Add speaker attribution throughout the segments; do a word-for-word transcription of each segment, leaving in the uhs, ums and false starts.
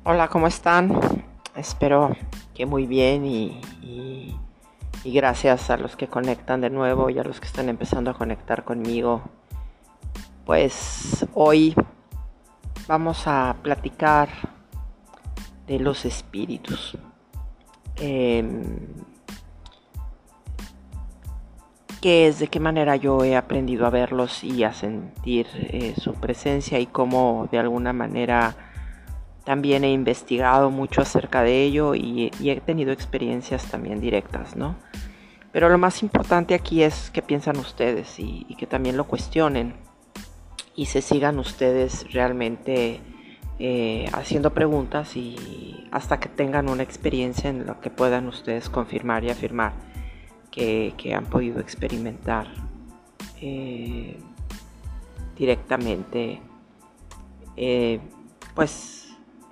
Speaker 1: Hola, ¿cómo están? Espero que muy bien y, y- y gracias a los que conectan de nuevo y a los que están empezando a conectar conmigo. Pues hoy vamos a platicar de los espíritus. Em, ¿Qué es? ¿De qué manera yo he aprendido a verlos y a sentir eh, su presencia y cómo de alguna manera también he investigado mucho acerca de ello y, y he tenido experiencias también directas, ¿no? Pero lo más importante aquí es que piensan ustedes y, y que también lo cuestionen y se sigan ustedes realmente eh, haciendo preguntas y hasta que tengan una experiencia en lo que puedan ustedes confirmar y afirmar que, que han podido experimentar eh, directamente eh, pues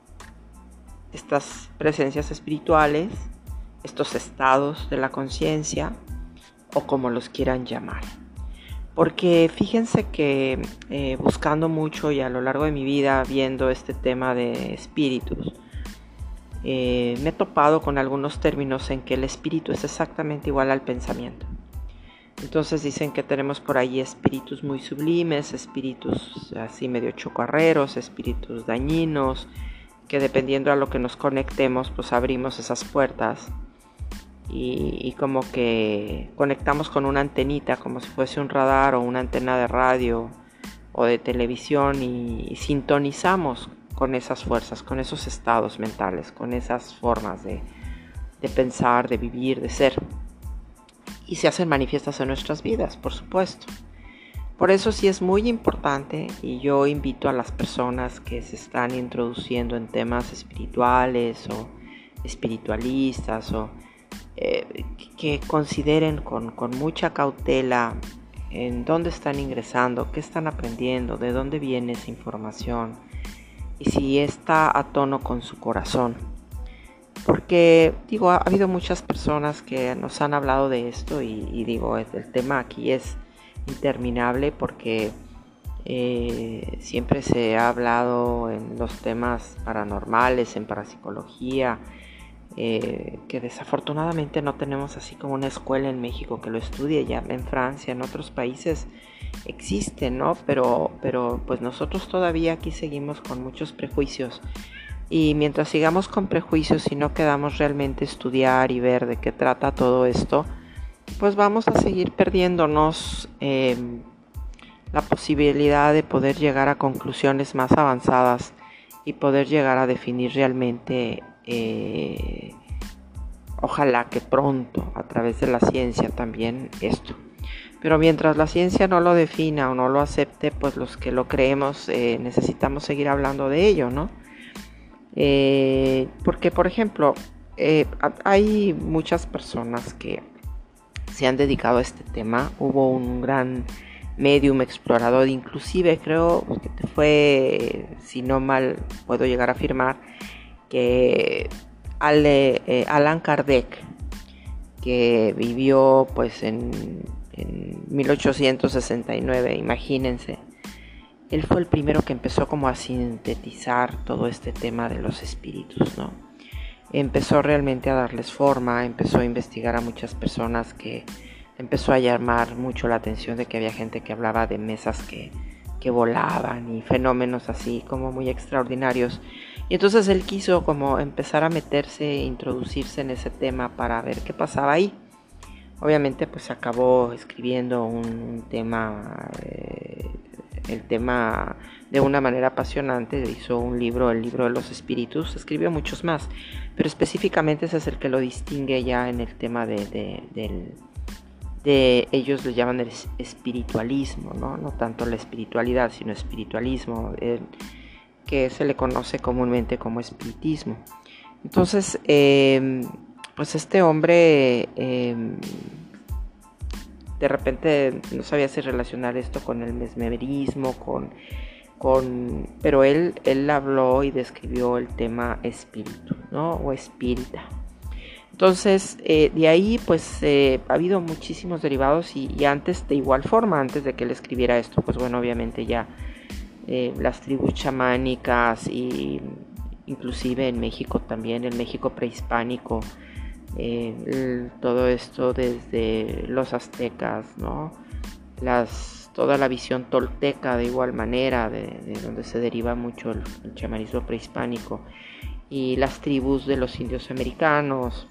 Speaker 1: estas presencias espirituales, estos estados de la conciencia o como los quieran llamar. Porque fíjense que eh, buscando mucho y a lo largo de mi vida viendo este tema de espíritus, eh, me he topado con algunos términos en que el espíritu es exactamente igual al pensamiento. Entonces dicen que tenemos por ahí espíritus muy sublimes, espíritus así medio chocarreros, espíritus dañinos, que dependiendo a lo que nos conectemos, pues abrimos esas puertas y, y como que conectamos con una antenita, como si fuese un radar o una antena de radio o de televisión y, y sintonizamos con esas fuerzas, con esos estados mentales, con esas formas de, de pensar, de vivir, de ser. Y se hacen manifiestas en nuestras vidas, por supuesto. Por eso sí es muy importante y yo invito a las personas que se están introduciendo en temas espirituales o espiritualistas o eh, que consideren con, con mucha cautela en dónde están ingresando, qué están aprendiendo, de dónde viene esa información y si está a tono con su corazón. Porque digo, ha, ha habido muchas personas que nos han hablado de esto y, y digo, el, el tema aquí es interminable porque eh, siempre se ha hablado en los temas paranormales, en parapsicología, eh, que desafortunadamente no tenemos así como una escuela en México que lo estudie. Ya en Francia, en otros países existe, ¿no? Pero, pero pues nosotros todavía aquí seguimos con muchos prejuicios. Y mientras sigamos con prejuicios y no quedamos realmente estudiar y ver de qué trata todo esto, pues vamos a seguir perdiéndonos eh, la posibilidad de poder llegar a conclusiones más avanzadas y poder llegar a definir realmente, eh, ojalá que pronto, a través de la ciencia también esto. Pero mientras la ciencia no lo defina o no lo acepte, pues los que lo creemos eh, necesitamos seguir hablando de ello, ¿no? Eh, porque, por ejemplo, eh, hay muchas personas que se han dedicado a este tema. Hubo un gran medium explorador, inclusive creo que fue, si no mal puedo llegar a afirmar, que Ale, eh, Allan Kardec, que vivió pues en, en mil ochocientos sesenta y nueve, imagínense. Él fue el primero que empezó como a sintetizar todo este tema de los espíritus, ¿no? Empezó realmente a darles forma, empezó a investigar a muchas personas, que empezó a llamar mucho la atención de que había gente que hablaba de mesas que, que volaban y fenómenos así como muy extraordinarios. Y entonces él quiso como empezar a meterse, introducirse en ese tema para ver qué pasaba ahí. Obviamente pues acabó escribiendo un, un tema, eh, el tema de una manera apasionante. Hizo un libro, el libro de los espíritus, escribió muchos más, pero específicamente ese es el que lo distingue ya en el tema de, de, de, de ellos le llaman el espiritualismo, ¿no? No tanto la espiritualidad, sino espiritualismo, eh, que se le conoce comúnmente como espiritismo. Entonces, eh, pues este hombre eh, de repente no sabía si relacionar esto con el mesmerismo, con, con pero él, él habló y describió el tema espíritu, ¿no? O espírita. Entonces, eh, de ahí pues eh, ha habido muchísimos derivados y, y antes de igual forma, antes de que él escribiera esto, pues bueno, obviamente ya eh, las tribus chamánicas y inclusive en México también, en México prehispánico, eh, el, todo esto desde los aztecas, ¿no? Las, toda la visión tolteca de igual manera, de, de donde se deriva mucho el, el chamanismo prehispánico, y las tribus de los indios americanos,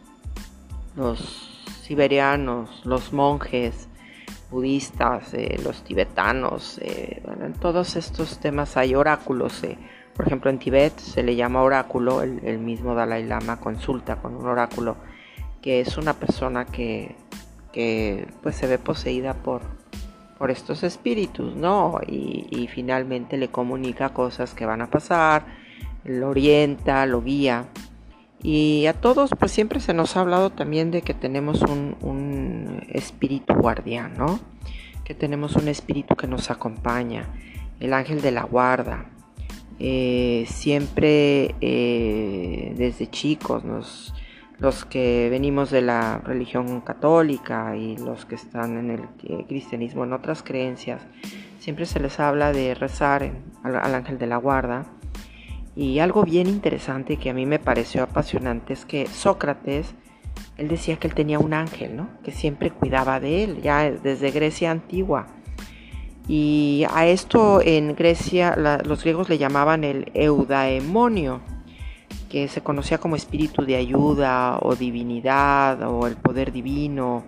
Speaker 1: los siberianos, los monjes budistas, eh, los tibetanos, eh, bueno, en todos estos temas hay oráculos. Eh, por ejemplo, en Tibet se le llama oráculo, el, el mismo Dalai Lama consulta con un oráculo, que es una persona que, que pues se ve poseída por, por estos espíritus, ¿no? Y, y finalmente le comunica cosas que van a pasar, lo orienta, lo guía. Y a todos pues siempre se nos ha hablado también de que tenemos un, un espíritu guardián, ¿no? Que tenemos un espíritu que nos acompaña, el ángel de la guarda. Eh, siempre eh, desde chicos, nos, los que venimos de la religión católica y los que están en el eh, cristianismo, en otras creencias, siempre se les habla de rezar en, al, al ángel de la guarda. Y algo bien interesante que a mí me pareció apasionante es que Sócrates, él decía que él tenía un ángel, ¿no? Que siempre cuidaba de él, ya desde Grecia antigua. Y a esto en Grecia la, los griegos le llamaban el eudaemonio, que se conocía como espíritu de ayuda o divinidad o el poder divino.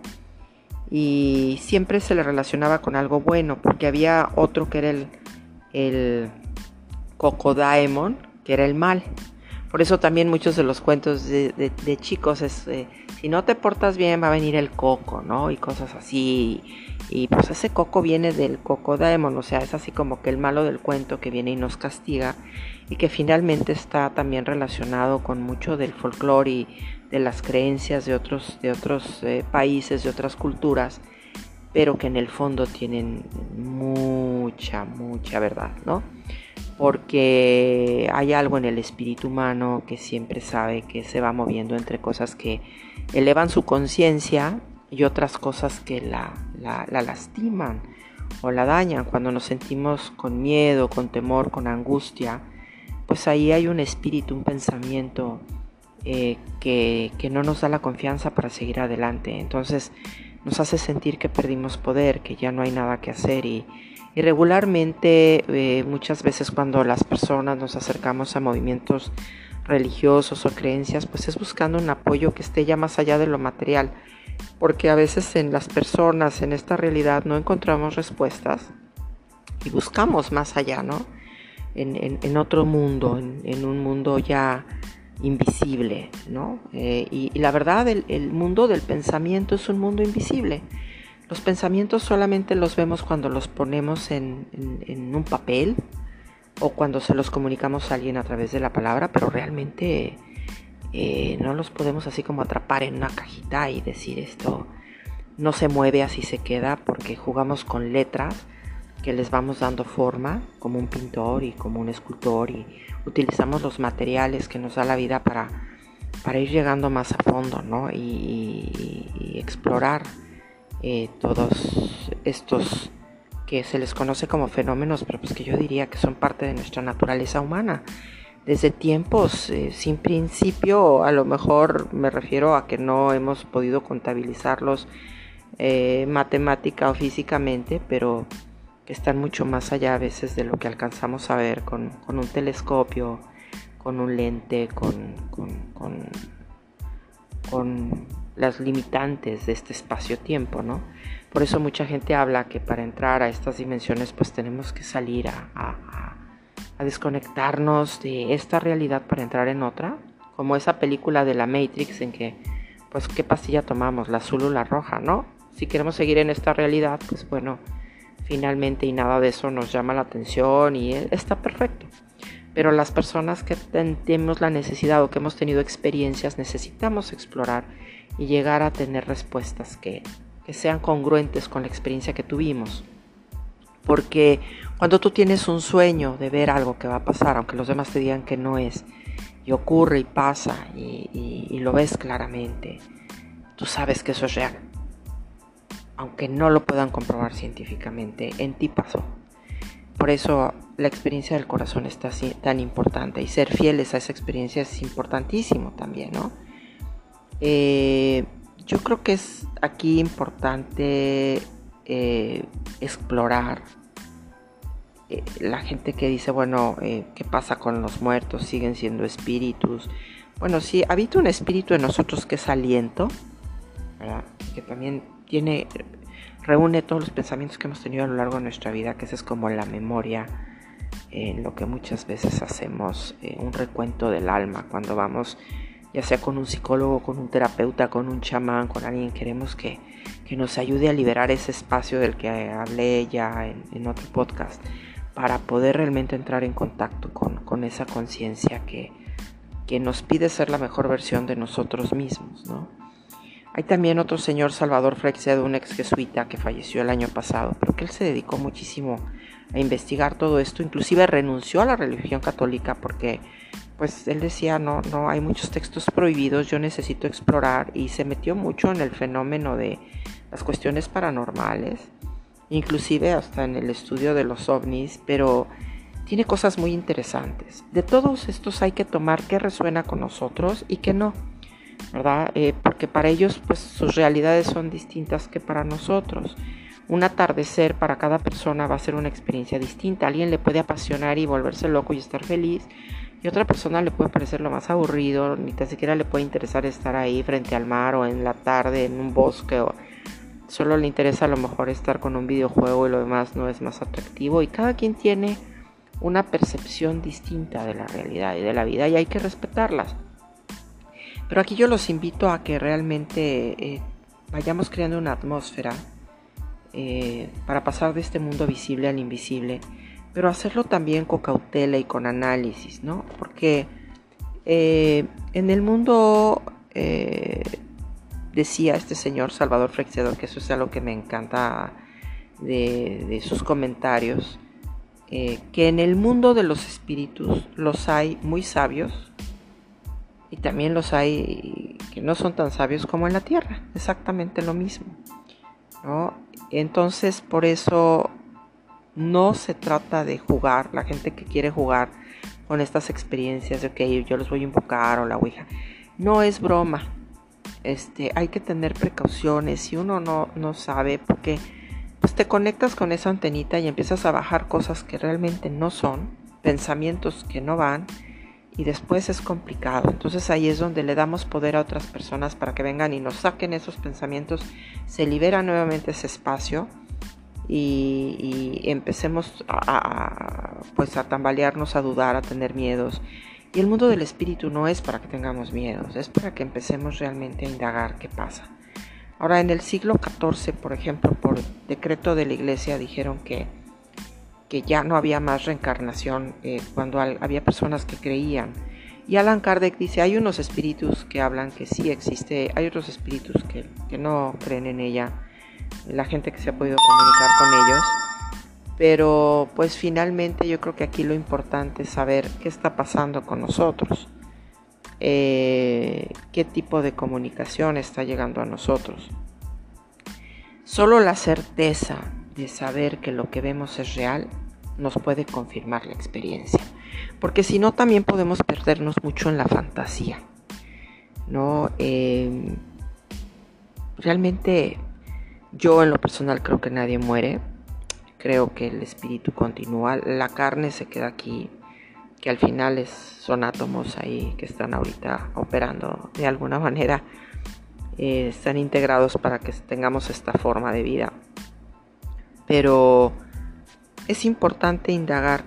Speaker 1: Y siempre se le relacionaba con algo bueno, porque había otro que era el, el Cocodaemon, que era el mal. Por eso también muchos de los cuentos de, de, de chicos es, eh, si no te portas bien va a venir el coco, ¿no? Y cosas así. Y pues ese coco viene del Cocodaemon, o sea, es así como que el malo del cuento que viene y nos castiga, y que finalmente está también relacionado con mucho del folclore y de las creencias de otros, de otros eh, países, de otras culturas, pero que en el fondo tienen mucha, mucha verdad, ¿no? Porque hay algo en el espíritu humano que siempre sabe que se va moviendo entre cosas que elevan su conciencia y otras cosas que la, la, la lastiman o la dañan. Cuando nos sentimos con miedo, con temor, con angustia, pues ahí hay un espíritu, un pensamiento eh, que, que no nos da la confianza para seguir adelante. Entonces nos hace sentir que perdimos poder, que ya no hay nada que hacer. Y Y regularmente, eh, muchas veces cuando las personas nos acercamos a movimientos religiosos o creencias, pues es buscando un apoyo que esté ya más allá de lo material, porque a veces en las personas, en esta realidad, no encontramos respuestas y buscamos más allá, ¿no? En, en, en otro mundo, en, en un mundo ya invisible, ¿no? Eh, y, y la verdad, el, el mundo del pensamiento es un mundo invisible. Los pensamientos solamente los vemos cuando los ponemos en, en, en un papel o cuando se los comunicamos a alguien a través de la palabra, pero realmente eh, no los podemos así como atrapar en una cajita y decir esto no se mueve, así se queda, porque jugamos con letras que les vamos dando forma como un pintor y como un escultor, y utilizamos los materiales que nos da la vida para, para ir llegando más a fondo, ¿no? y, y, y explorar Eh, todos estos que se les conoce como fenómenos, pero pues que yo diría que son parte de nuestra naturaleza humana. Desde tiempos eh, sin principio, a lo mejor me refiero a que no hemos podido contabilizarlos eh, matemática o físicamente, pero que están mucho más allá a veces de lo que alcanzamos a ver con, con un telescopio, con un lente, con, con, con, con las limitantes de este espacio-tiempo, ¿no? Por eso mucha gente habla que para entrar a estas dimensiones pues tenemos que salir a, a, a desconectarnos de esta realidad para entrar en otra, como esa película de la Matrix en que pues qué pastilla tomamos, la azul o la roja, ¿no? Si queremos seguir en esta realidad, pues bueno, finalmente y nada de eso nos llama la atención y está perfecto. Pero las personas que tenemos la necesidad o que hemos tenido experiencias necesitamos explorar y llegar a tener respuestas que, que sean congruentes con la experiencia que tuvimos. Porque cuando tú tienes un sueño de ver algo que va a pasar, aunque los demás te digan que no es, y ocurre y pasa y, y, y lo ves claramente, tú sabes que eso es real. Aunque no lo puedan comprobar científicamente, en ti pasó. por eso la experiencia del corazón está así, tan importante, y ser fieles a esa experiencia es importantísimo también, ¿no? Eh, yo creo que es aquí importante eh, explorar eh, la gente que dice, bueno, eh, ¿qué pasa con los muertos? ¿Siguen siendo espíritus? Bueno, sí, habita un espíritu en nosotros que es aliento, ¿verdad? Que también tiene, reúne todos los pensamientos que hemos tenido a lo largo de nuestra vida, que esa es como la memoria, en eh, lo que muchas veces hacemos eh, un recuento del alma cuando vamos, ya sea con un psicólogo, con un terapeuta, con un chamán, con alguien, queremos que, que nos ayude a liberar ese espacio del que hablé ya en, en otro podcast, para poder realmente entrar en contacto con, con esa conciencia que, que nos pide ser la mejor versión de nosotros mismos, ¿no? Hay también otro señor, Salvador Freixedo, un ex jesuita que falleció el año pasado, pero que él se dedicó muchísimo a investigar todo esto, inclusive renunció a la religión católica porque pues él decía, no, no, hay muchos textos prohibidos, yo necesito explorar, y se metió mucho en el fenómeno de las cuestiones paranormales, inclusive hasta en el estudio de los ovnis, pero tiene cosas muy interesantes. De todos estos hay que tomar qué resuena con nosotros y qué no, ¿verdad? Eh, porque para ellos pues sus realidades son distintas que para nosotros. Un atardecer para cada persona va a ser una experiencia distinta. A alguien le puede apasionar y volverse loco y estar feliz, y a otra persona le puede parecer lo más aburrido, ni tan siquiera le puede interesar estar ahí frente al mar o en la tarde en un bosque, o solo le interesa a lo mejor estar con un videojuego y lo demás no es más atractivo. Y cada quien tiene una percepción distinta de la realidad y de la vida, y hay que respetarlas. Pero aquí yo los invito a que realmente eh, vayamos creando una atmósfera eh, para pasar de este mundo visible al invisible, pero hacerlo también con cautela y con análisis, ¿no? Porque eh, en el mundo, eh, decía este señor Salvador Freixedo, que eso es algo que me encanta de, de sus comentarios, eh, que en el mundo de los espíritus los hay muy sabios, y también los hay que no son tan sabios como en la tierra, exactamente lo mismo, ¿no? Entonces, por eso no se trata de jugar, la gente que quiere jugar con estas experiencias de, ok, yo los voy a invocar o la ouija, no es broma. Este, hay que tener precauciones si uno no, no sabe, porque pues te conectas con esa antenita y empiezas a bajar cosas que realmente no son, pensamientos que no van, y después es complicado. Entonces ahí es donde le damos poder a otras personas para que vengan y nos saquen esos pensamientos, se libera nuevamente ese espacio y, y empecemos a, a, pues a tambalearnos, a dudar, a tener miedos. Y el mundo del espíritu no es para que tengamos miedos, es para que empecemos realmente a indagar qué pasa. Ahora, en el siglo catorce, por ejemplo, por decreto de la iglesia, dijeron que que ya no había más reencarnación eh, cuando al, había personas que creían. Y Allan Kardec dice, hay unos espíritus que hablan que sí existe, hay otros espíritus que, que no creen en ella, la gente que se ha podido comunicar con ellos. Pero pues finalmente yo creo que aquí lo importante es saber qué está pasando con nosotros, eh, qué tipo de comunicación está llegando a nosotros. Solo la certeza de saber que lo que vemos es real nos puede confirmar la experiencia, porque si no también podemos perdernos mucho en la fantasía, ¿no? Eh, realmente yo en lo personal creo que nadie muere, creo que el espíritu continúa, la carne se queda aquí, que al final es, son átomos ahí que están ahorita operando de alguna manera, eh, están integrados para que tengamos esta forma de vida. Pero es importante indagar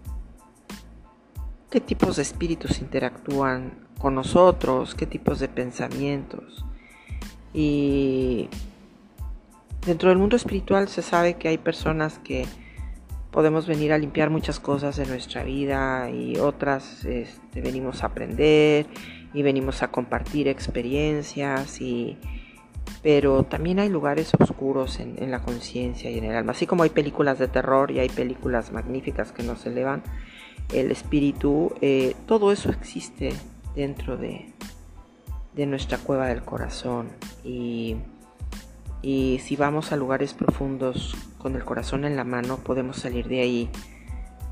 Speaker 1: qué tipos de espíritus interactúan con nosotros, qué tipos de pensamientos. Y dentro del mundo espiritual se sabe que hay personas que podemos venir a limpiar muchas cosas de nuestra vida, y otras este, venimos a aprender y venimos a compartir experiencias, y pero también hay lugares oscuros en, en la conciencia y en el alma. Así como hay películas de terror y hay películas magníficas que nos elevan el espíritu, eh, todo eso existe dentro de, de nuestra cueva del corazón. Y, y si vamos a lugares profundos con el corazón en la mano, podemos salir de ahí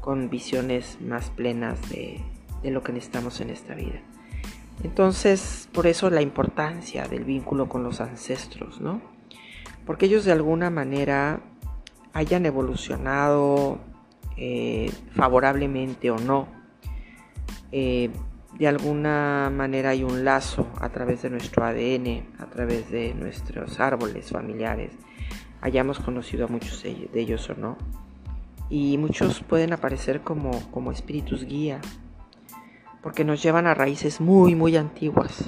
Speaker 1: con visiones más plenas de, de lo que necesitamos en esta vida. Entonces, por eso la importancia del vínculo con los ancestros, ¿no? Porque ellos de alguna manera hayan evolucionado eh, favorablemente o no, eh, de alguna manera hay un lazo a través de nuestro A D N, a través de nuestros árboles familiares, hayamos conocido a muchos de ellos o no. Y muchos pueden aparecer como, como espíritus guía, porque nos llevan a raíces muy, muy antiguas.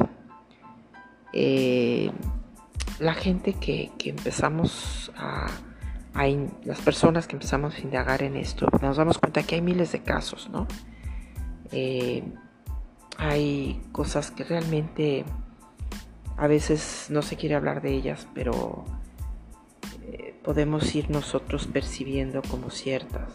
Speaker 1: Eh, la gente que, que empezamos a, a in, las personas que empezamos a indagar en esto, nos damos cuenta que hay miles de casos, ¿no? Eh, hay cosas que realmente a veces no se quiere hablar de ellas, pero eh, podemos ir nosotros percibiendo como ciertas.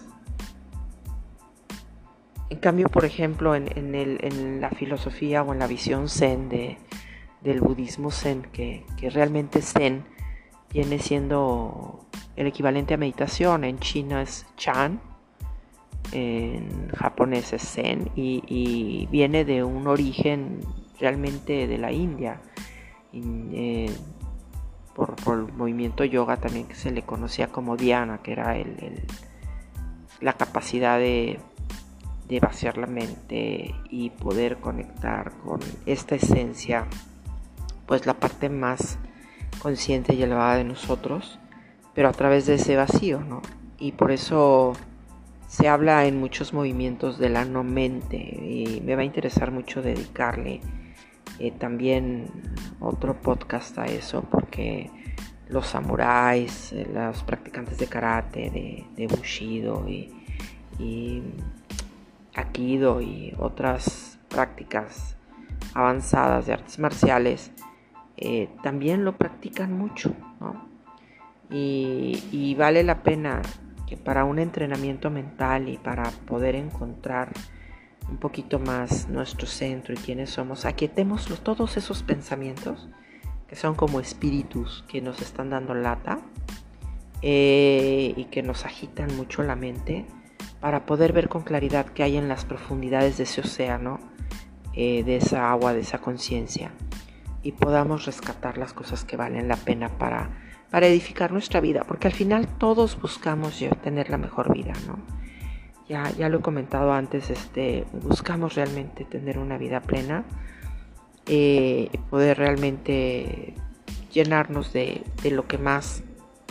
Speaker 1: En cambio, por ejemplo, en, en, el, en la filosofía o en la visión zen de, del budismo zen, que, que realmente zen viene siendo el equivalente a meditación. En China es Chan, en japonés es Zen, y, y viene de un origen realmente de la India. Y, eh, por, por el movimiento yoga también, que se le conocía como dhyana, que era el, el, la capacidad de de vaciar la mente y poder conectar con esta esencia, pues la parte más consciente y elevada de nosotros, pero a través de ese vacío, ¿no? Y por eso se habla en muchos movimientos de la no mente, y me va a interesar mucho dedicarle eh, también otro podcast a eso, porque los samuráis, eh, los practicantes de karate, de, de bushido y, y Aikido y otras prácticas avanzadas de artes marciales eh, también lo practican mucho, ¿no? Y, y vale la pena que para un entrenamiento mental y para poder encontrar un poquito más nuestro centro y quiénes somos, aquietemos todos esos pensamientos que son como espíritus que nos están dando lata eh, y que nos agitan mucho la mente, para poder ver con claridad qué hay en las profundidades de ese océano, eh, de esa agua, de esa conciencia, y podamos rescatar las cosas que valen la pena para, para edificar nuestra vida, porque al final todos buscamos tener la mejor vida, ¿no? Ya, ya lo he comentado antes, este, buscamos realmente tener una vida plena, eh, poder realmente llenarnos de, de lo que más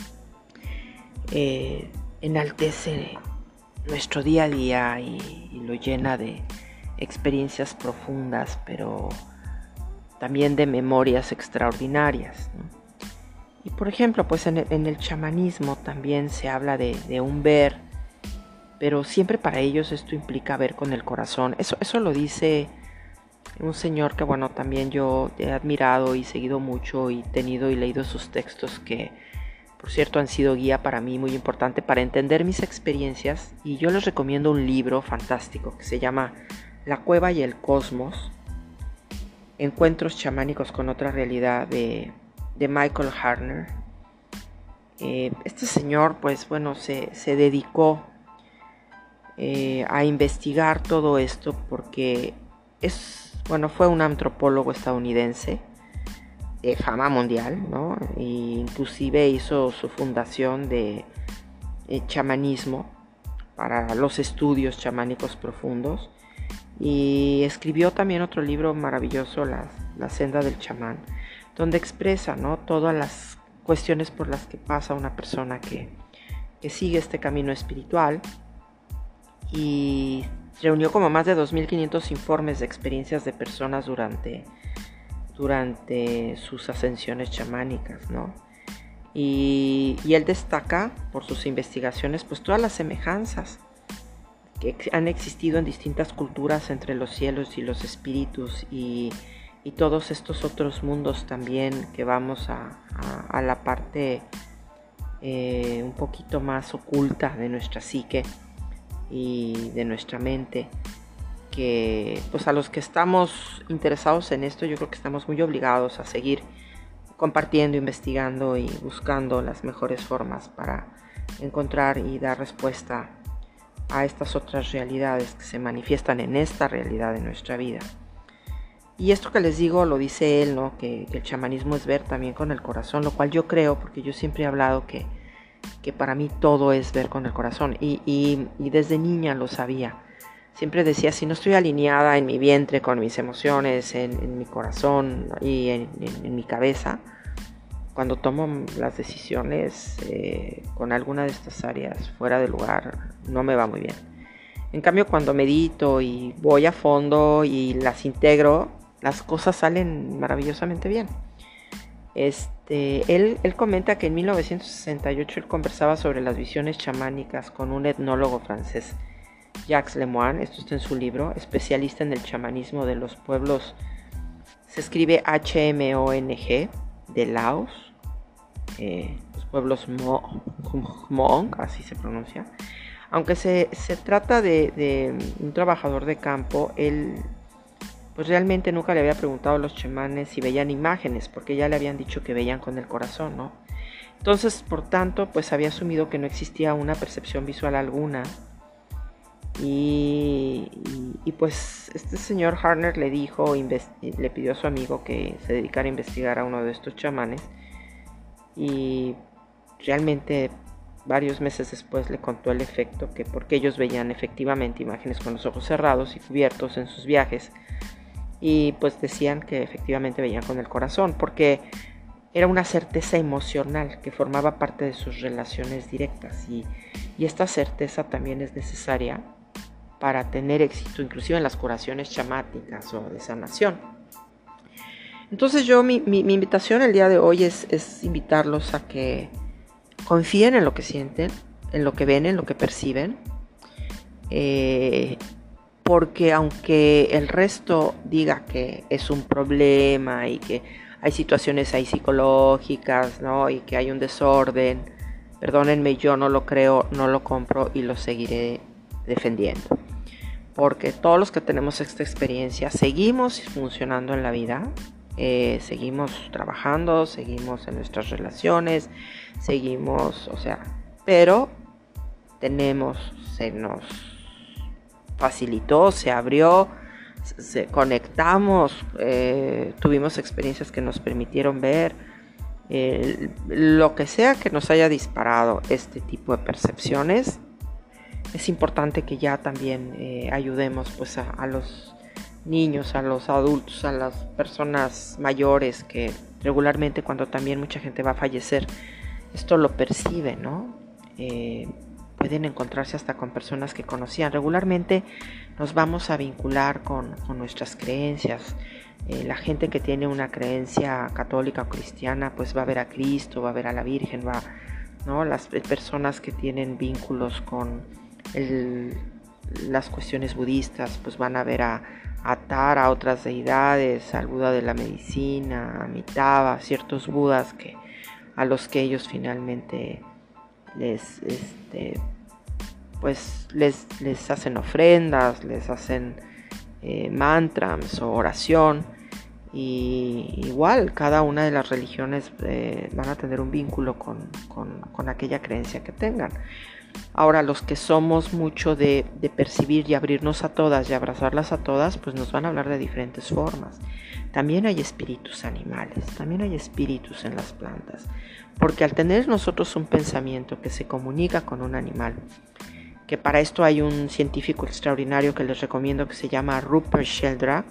Speaker 1: eh, enaltece nuestro día a día y, y lo llena de experiencias profundas, pero también de memorias extraordinarias, ¿no? Y por ejemplo, pues en el, en el chamanismo también se habla de, de un ver, pero siempre para ellos esto implica ver con el corazón. Eso, eso lo dice un señor que, bueno, también yo he admirado y seguido mucho y tenido y leído sus textos, que por cierto han sido guía para mí, muy importante para entender mis experiencias, y yo les recomiendo un libro fantástico que se llama La Cueva y el Cosmos, Encuentros chamánicos con otra realidad, de, de Michael Harner. Eh, este señor, pues bueno, se, se dedicó eh, a investigar todo esto porque es, bueno, fue un antropólogo estadounidense de fama mundial, ¿no? E inclusive hizo su fundación de eh, chamanismo para los estudios chamánicos profundos, y escribió también otro libro maravilloso, La, la Senda del Chamán, donde expresa, ¿no?, todas las cuestiones por las que pasa una persona que, que sigue este camino espiritual, y reunió como más de dos mil quinientos informes de experiencias de personas durante durante sus ascensiones chamánicas, ¿no? Y, y él destaca por sus investigaciones pues todas las semejanzas que han existido en distintas culturas entre los cielos y los espíritus, y, y todos estos otros mundos también, que vamos a, a, a la parte eh, un poquito más oculta de nuestra psique y de nuestra mente, que pues a los que estamos interesados en esto, yo creo que estamos muy obligados a seguir compartiendo, investigando y buscando las mejores formas para encontrar y dar respuesta a estas otras realidades que se manifiestan en esta realidad de nuestra vida. Y esto que les digo lo dice él, ¿no? Que, que el chamanismo es ver también con el corazón, lo cual yo creo, porque yo siempre he hablado que, que para mí todo es ver con el corazón, y, y, y desde niña lo sabía. Siempre decía, si no estoy alineada en mi vientre, con mis emociones, en, en mi corazón y en, en, en mi cabeza, cuando tomo las decisiones eh, con alguna de estas áreas fuera de lugar, no me va muy bien. En cambio, cuando medito y voy a fondo y las integro, las cosas salen maravillosamente bien. Este, él, él comenta que en mil novecientos sesenta y ocho él conversaba sobre las visiones chamánicas con un etnólogo francés, Jacques Lemoine. Esto está en su libro, especialista en el chamanismo de los pueblos, se escribe H M O N G, de Laos, eh, los pueblos Hmong, así se pronuncia. Aunque se, se trata de, de un trabajador de campo, él pues realmente nunca le había preguntado a los chamanes si veían imágenes, porque ya le habían dicho que veían con el corazón, ¿no? Entonces, por tanto, pues había asumido que no existía una percepción visual alguna. Y, y, y pues este señor Harner le dijo, le pidió a su amigo que se dedicara a investigar a uno de estos chamanes, y realmente varios meses después le contó el efecto, que porque ellos veían efectivamente imágenes con los ojos cerrados y cubiertos en sus viajes, y pues decían que efectivamente veían con el corazón, porque era una certeza emocional que formaba parte de sus relaciones directas, y, y esta certeza también es necesaria para tener éxito, inclusive en las curaciones chamáticas o de sanación. Entonces yo, mi, mi, mi invitación el día de hoy es, es invitarlos a que confíen en lo que sienten, en lo que ven, en lo que perciben, eh, porque aunque el resto diga que es un problema y que hay situaciones ahí psicológicas, ¿no? Y que hay un desorden, perdónenme, yo no lo creo, no lo compro y lo seguiré defendiendo. Porque todos los que tenemos esta experiencia seguimos funcionando en la vida, eh, seguimos trabajando, seguimos en nuestras relaciones, seguimos, o sea, pero tenemos, se nos facilitó, se abrió, se, conectamos, eh, tuvimos experiencias que nos permitieron ver, eh, lo que sea que nos haya disparado este tipo de percepciones. Es importante que ya también eh, ayudemos pues a, a los niños, a los adultos, a las personas mayores, que regularmente cuando también mucha gente va a fallecer, esto lo percibe, ¿no? Eh, pueden encontrarse hasta con personas que conocían. Regularmente nos vamos a vincular con, con nuestras creencias. Eh, la gente que tiene una creencia católica o cristiana pues va a ver a Cristo, va a ver a la Virgen, va, ¿no? Las personas que tienen vínculos con el, las cuestiones budistas pues van a ver a, a Tara, a otras deidades, al Buda de la medicina, a Amitabha, ciertos budas que, a los que ellos finalmente les, este, pues les, les hacen ofrendas, les hacen eh, mantras o oración. Y igual cada una de las religiones eh, van a tener un vínculo con, con, con aquella creencia que tengan. Ahora, los que somos mucho de, de percibir y abrirnos a todas y abrazarlas a todas, pues nos van a hablar de diferentes formas. También hay espíritus animales, también hay espíritus en las plantas, porque al tener nosotros un pensamiento que se comunica con un animal, que para esto hay un científico extraordinario que les recomiendo que se llama Rupert Sheldrake.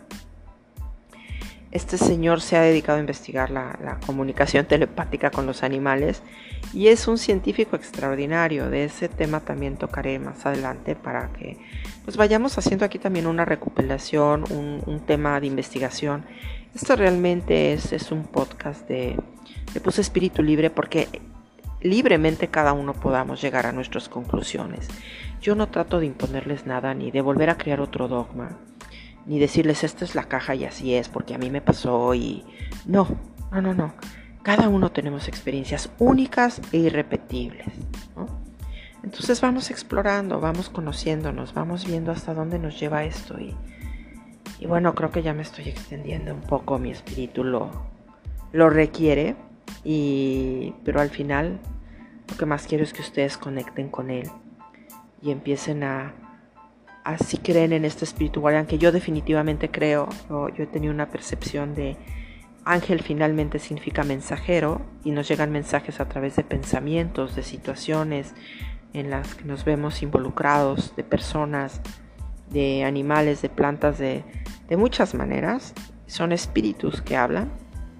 Speaker 1: Este señor se ha dedicado a investigar la, la comunicación telepática con los animales y es un científico extraordinario. De ese tema también tocaré más adelante para que pues vayamos haciendo aquí también una recopilación, un, un tema de investigación. Esto realmente es, es un podcast de, de pues, espíritu libre, porque libremente cada uno podamos llegar a nuestras conclusiones. Yo no trato de imponerles nada ni de volver a crear otro dogma, ni decirles esta es la caja y así es porque a mí me pasó y... No, no, no, no. Cada uno tenemos experiencias únicas e irrepetibles, ¿no? Entonces vamos explorando, vamos conociéndonos, vamos viendo hasta dónde nos lleva esto y, y bueno, creo que ya me estoy extendiendo un poco, mi espíritu lo, lo requiere, y, pero al final lo que más quiero es que ustedes conecten con él y empiecen a, a si creen en este espíritu guardián, que yo definitivamente creo. Yo, yo he tenido una percepción de ángel finalmente significa mensajero, y nos llegan mensajes a través de pensamientos, de situaciones en las que nos vemos involucrados, de personas, de animales, de plantas, de, de muchas maneras. Son espíritus que hablan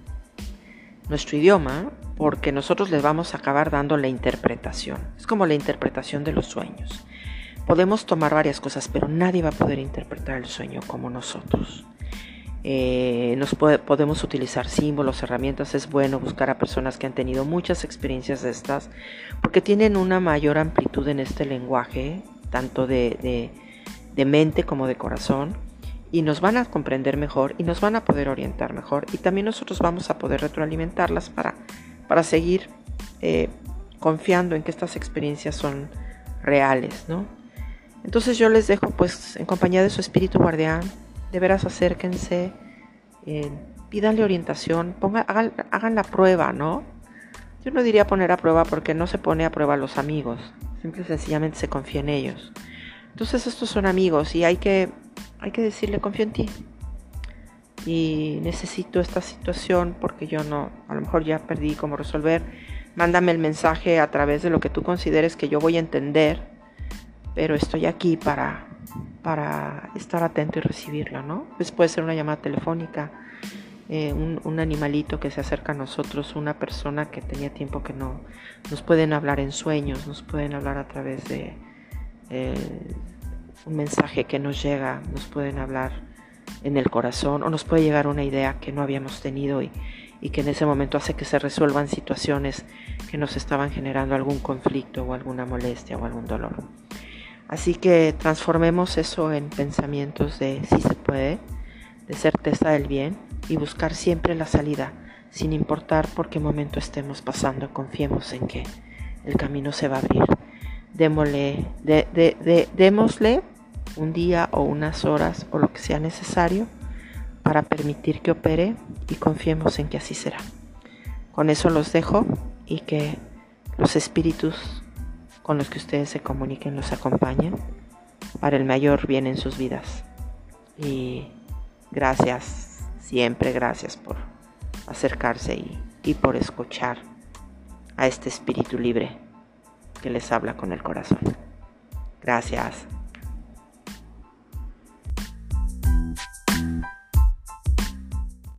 Speaker 1: nuestro idioma, porque nosotros les vamos a acabar dando la interpretación. Es como la interpretación de los sueños. Podemos tomar varias cosas, pero nadie va a poder interpretar el sueño como nosotros. Eh, nos puede, podemos utilizar símbolos, herramientas. Es bueno buscar a personas que han tenido muchas experiencias de estas, porque tienen una mayor amplitud en este lenguaje, tanto de, de, de mente como de corazón, y nos van a comprender mejor y nos van a poder orientar mejor, y también nosotros vamos a poder retroalimentarlas para, para seguir eh, confiando en que estas experiencias son reales, ¿no? Entonces yo les dejo pues en compañía de su espíritu guardián. De veras acérquense, eh, pídanle orientación, ponga, hagan, hagan la prueba, ¿no? Yo no diría poner a prueba, porque no se pone a prueba a los amigos, simple y sencillamente se confía en ellos. Entonces estos son amigos y hay que, hay que decirle: confío en ti y necesito esta situación porque yo no, a lo mejor ya perdí cómo resolver. Mándame el mensaje a través de lo que tú consideres que yo voy a entender, pero estoy aquí para... para estar atento y recibirlo, ¿no? Pues puede ser una llamada telefónica, eh, un, un animalito que se acerca a nosotros, una persona que tenía tiempo que no. Nos pueden hablar en sueños, nos pueden hablar a través de eh, un mensaje que nos llega, nos pueden hablar en el corazón, o nos puede llegar una idea que no habíamos tenido y, y que en ese momento hace que se resuelvan situaciones que nos estaban generando algún conflicto o alguna molestia o algún dolor. Así que transformemos eso en pensamientos de sí se puede, de certeza del bien, y buscar siempre la salida, sin importar por qué momento estemos pasando. Confiemos en que el camino se va a abrir. Démosle, de, de, de, démosle un día o unas horas o lo que sea necesario para permitir que opere, y confiemos en que así será. Con eso los dejo, y que los espíritus con los que ustedes se comuniquen los acompañen para el mayor bien en sus vidas. Y gracias, siempre gracias por acercarse y, y por escuchar a este espíritu libre que les habla con el corazón. Gracias.